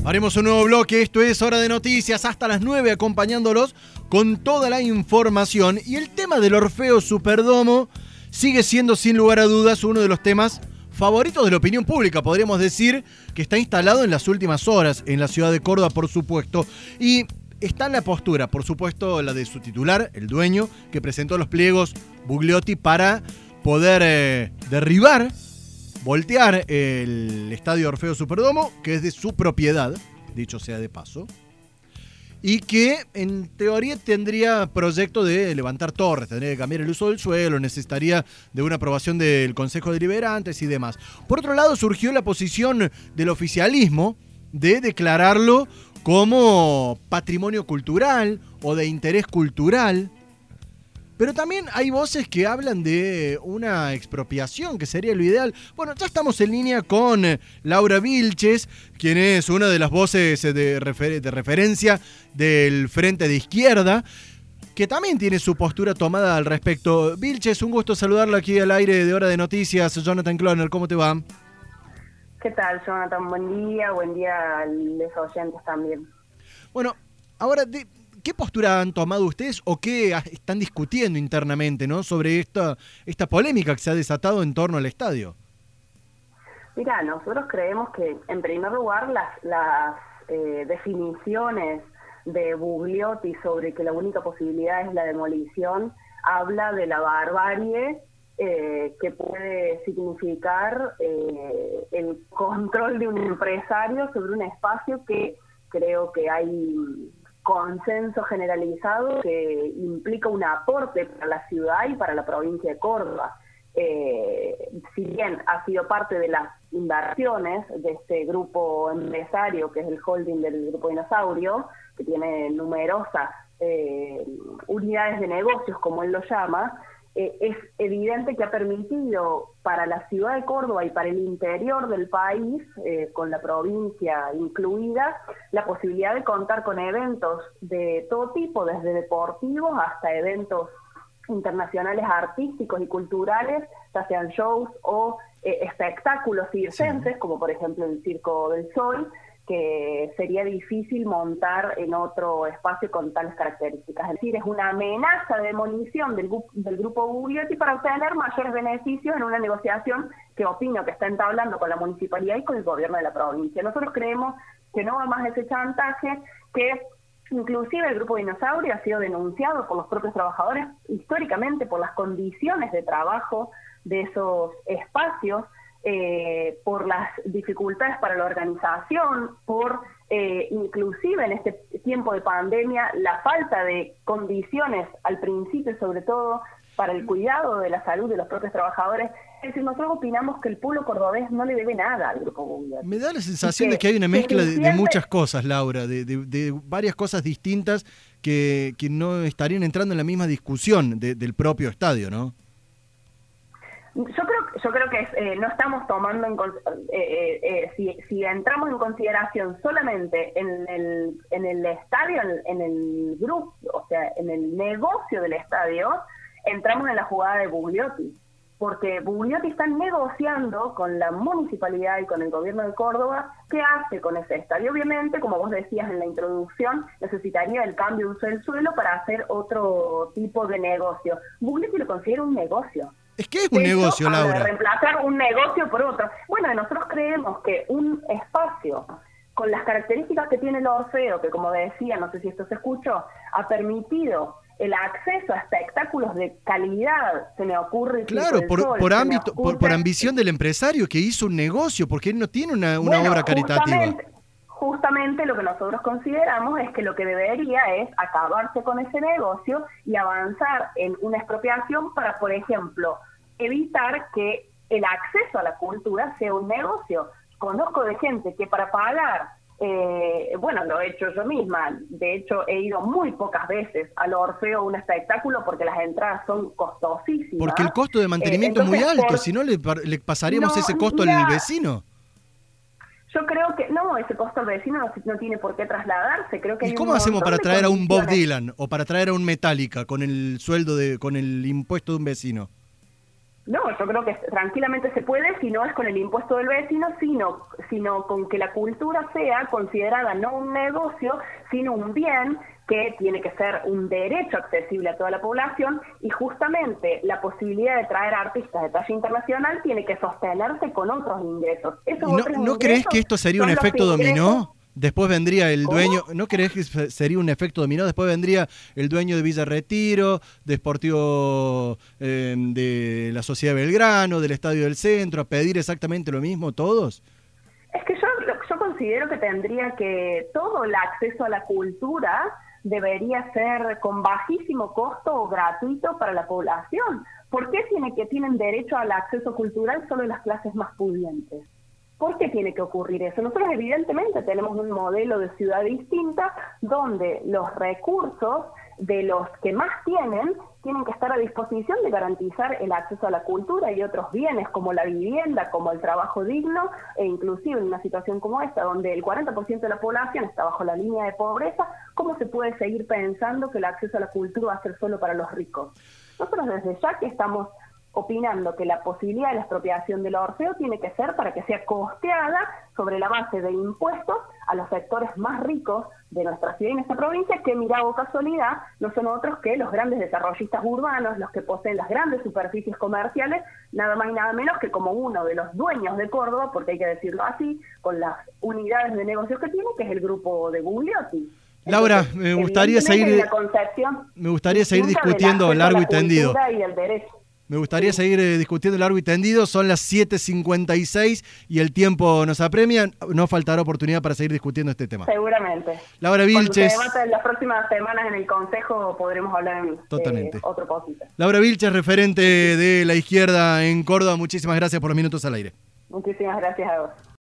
Haremos un nuevo bloque, esto es Hora de Noticias, hasta las 9 acompañándolos con toda la información. Y el tema del Orfeo Superdomo sigue siendo sin lugar a dudas uno de los temas favoritos de la opinión pública. Podríamos decir que está instalado en las últimas horas en la ciudad de Córdoba, por supuesto. Y está en la postura, por supuesto, la de su titular, el dueño, que presentó los pliegos Bugliotti para poder derribar, voltear el estadio Orfeo Superdomo, que es de su propiedad, dicho sea de paso, y que en teoría tendría proyecto de levantar torres, tendría que cambiar el uso del suelo, necesitaría de una aprobación del Consejo de Deliberantes y demás. Por otro lado, surgió la posición del oficialismo de declararlo como patrimonio cultural o de interés cultural. Pero también hay voces que hablan de una expropiación, que sería lo ideal. Bueno, ya estamos en línea con Laura Vilches, quien es una de las voces de referencia del Frente de Izquierda, que también tiene su postura tomada al respecto. Vilches, un gusto saludarla aquí al aire de Hora de Noticias. Jonathan Cloner, ¿cómo te va? ¿Qué tal, Jonathan? Buen día a los oyentes también. Bueno, ahora, ¿qué postura han tomado ustedes o qué están discutiendo internamente, ¿no?, sobre esta polémica que se ha desatado en torno al estadio? Mira, nosotros creemos que, en primer lugar, las definiciones de Bugliotti sobre que la única posibilidad es la demolición, habla de la barbarie que puede significar el control de un empresario sobre un espacio que creo que hay consenso generalizado que implica un aporte para la ciudad y para la provincia de Córdoba. Si bien ha sido parte de las inversiones de este grupo empresario, que es el holding del Grupo Dinosaurio, que tiene numerosas unidades de negocios, como él lo llama, es evidente que ha permitido para la ciudad de Córdoba y para el interior del país, con la provincia incluida, la posibilidad de contar con eventos de todo tipo, desde deportivos hasta eventos internacionales artísticos y culturales, ya sean shows o espectáculos circenses, como por ejemplo el Circo del Sol, que sería difícil montar en otro espacio con tales características. Es decir, es una amenaza de demolición del grupo Bugliotti para obtener mayores beneficios en una negociación que opino que está entablando con la municipalidad y con el gobierno de la provincia. Nosotros creemos que no va más ese chantaje, que inclusive el Grupo Dinosaurio ha sido denunciado por los propios trabajadores históricamente por las condiciones de trabajo de esos espacios, por las dificultades para la organización, por inclusive en este tiempo de pandemia la falta de condiciones al principio, sobre todo para el cuidado de la salud de los propios trabajadores. Es decir, nosotros opinamos que el pueblo cordobés no le debe nada al Grupo Bugliotti. Me da la sensación de que hay una mezcla de muchas cosas, Laura, de varias cosas distintas que no estarían entrando en la misma discusión del propio estadio, ¿no? Yo creo que no estamos tomando si entramos en consideración solamente en el estadio, en el grupo, o sea, en el negocio del estadio, entramos en la jugada de Bugliotti, porque Bugliotti está negociando con la municipalidad y con el gobierno de Córdoba qué hace con ese estadio. Obviamente, como vos decías en la introducción, necesitaría el cambio de uso del suelo para hacer otro tipo de negocio. Bugliotti lo considera un negocio. Es que es un negocio, Laura. De reemplazar un negocio por otro. Bueno, nosotros creemos que un espacio con las características que tiene el Orfeo, que como decía, no sé si esto se escuchó, ha permitido el acceso a espectáculos de calidad, se me ocurre... Claro, por ambición del empresario que hizo un negocio, porque él no tiene una obra caritativa. Justamente lo que nosotros consideramos es que lo que debería es acabarse con ese negocio y avanzar en una expropiación para, por ejemplo, evitar que el acceso a la cultura sea un negocio. Conozco de gente que para pagar, lo he hecho yo misma, de hecho he ido muy pocas veces al Orfeo a un espectáculo porque las entradas son costosísimas. Porque el costo de mantenimiento es muy alto, si no le pasaríamos ese costo al vecino. Yo creo que no, ese costo al vecino no tiene por qué trasladarse. Creo que ¿Y cómo hacemos para traer a un Bob Dylan o para traer a un Metallica con el sueldo con el impuesto de un vecino? No, yo creo que tranquilamente se puede, si no es con el impuesto del vecino, sino con que la cultura sea considerada no un negocio, sino un bien que tiene que ser un derecho accesible a toda la población, y justamente la posibilidad de traer artistas de talla internacional tiene que sostenerse con otros ingresos. Esos ¿Y otros no crees que esto sería un son los efecto ingresos. dominó? Después vendría el ¿Cómo? dueño, ¿no crees que sería un efecto dominó? Después vendría el dueño de Villa Retiro, de Sportivo, de la Sociedad Belgrano, del Estadio del Centro, a pedir exactamente lo mismo todos. Es que yo considero que tendría que todo el acceso a la cultura debería ser con bajísimo costo o gratuito para la población. ¿Por qué tienen derecho al acceso cultural solo las clases más pudientes? ¿Por qué tiene que ocurrir eso? Nosotros evidentemente tenemos un modelo de ciudad distinta donde los recursos de los que más tienen que estar a disposición de garantizar el acceso a la cultura y otros bienes como la vivienda, como el trabajo digno, e inclusive en una situación como esta, donde el 40% de la población está bajo la línea de pobreza, ¿cómo se puede seguir pensando que el acceso a la cultura va a ser solo para los ricos? Nosotros desde ya que estamos opinando que la posibilidad de la expropiación del Orfeo tiene que ser para que sea costeada sobre la base de impuestos a los sectores más ricos de nuestra ciudad y nuestra provincia, que, mira o casualidad, no son otros que los grandes desarrollistas urbanos, los que poseen las grandes superficies comerciales, nada más y nada menos que como uno de los dueños de Córdoba, porque hay que decirlo así, con las unidades de negocio que tiene, que es el grupo de Bugliotti. Laura, Entonces, me gustaría seguir discutiendo largo y tendido. Me gustaría seguir discutiendo largo y tendido. Son las 7:56 y el tiempo nos apremia. No faltará oportunidad para seguir discutiendo este tema. Seguramente. Laura Vilches. Cuando se debata en las próximas semanas en el Consejo podremos hablar Totalmente. de otro cosita. Laura Vilches, referente de la izquierda en Córdoba. Muchísimas gracias por los minutos al aire. Muchísimas gracias a vos.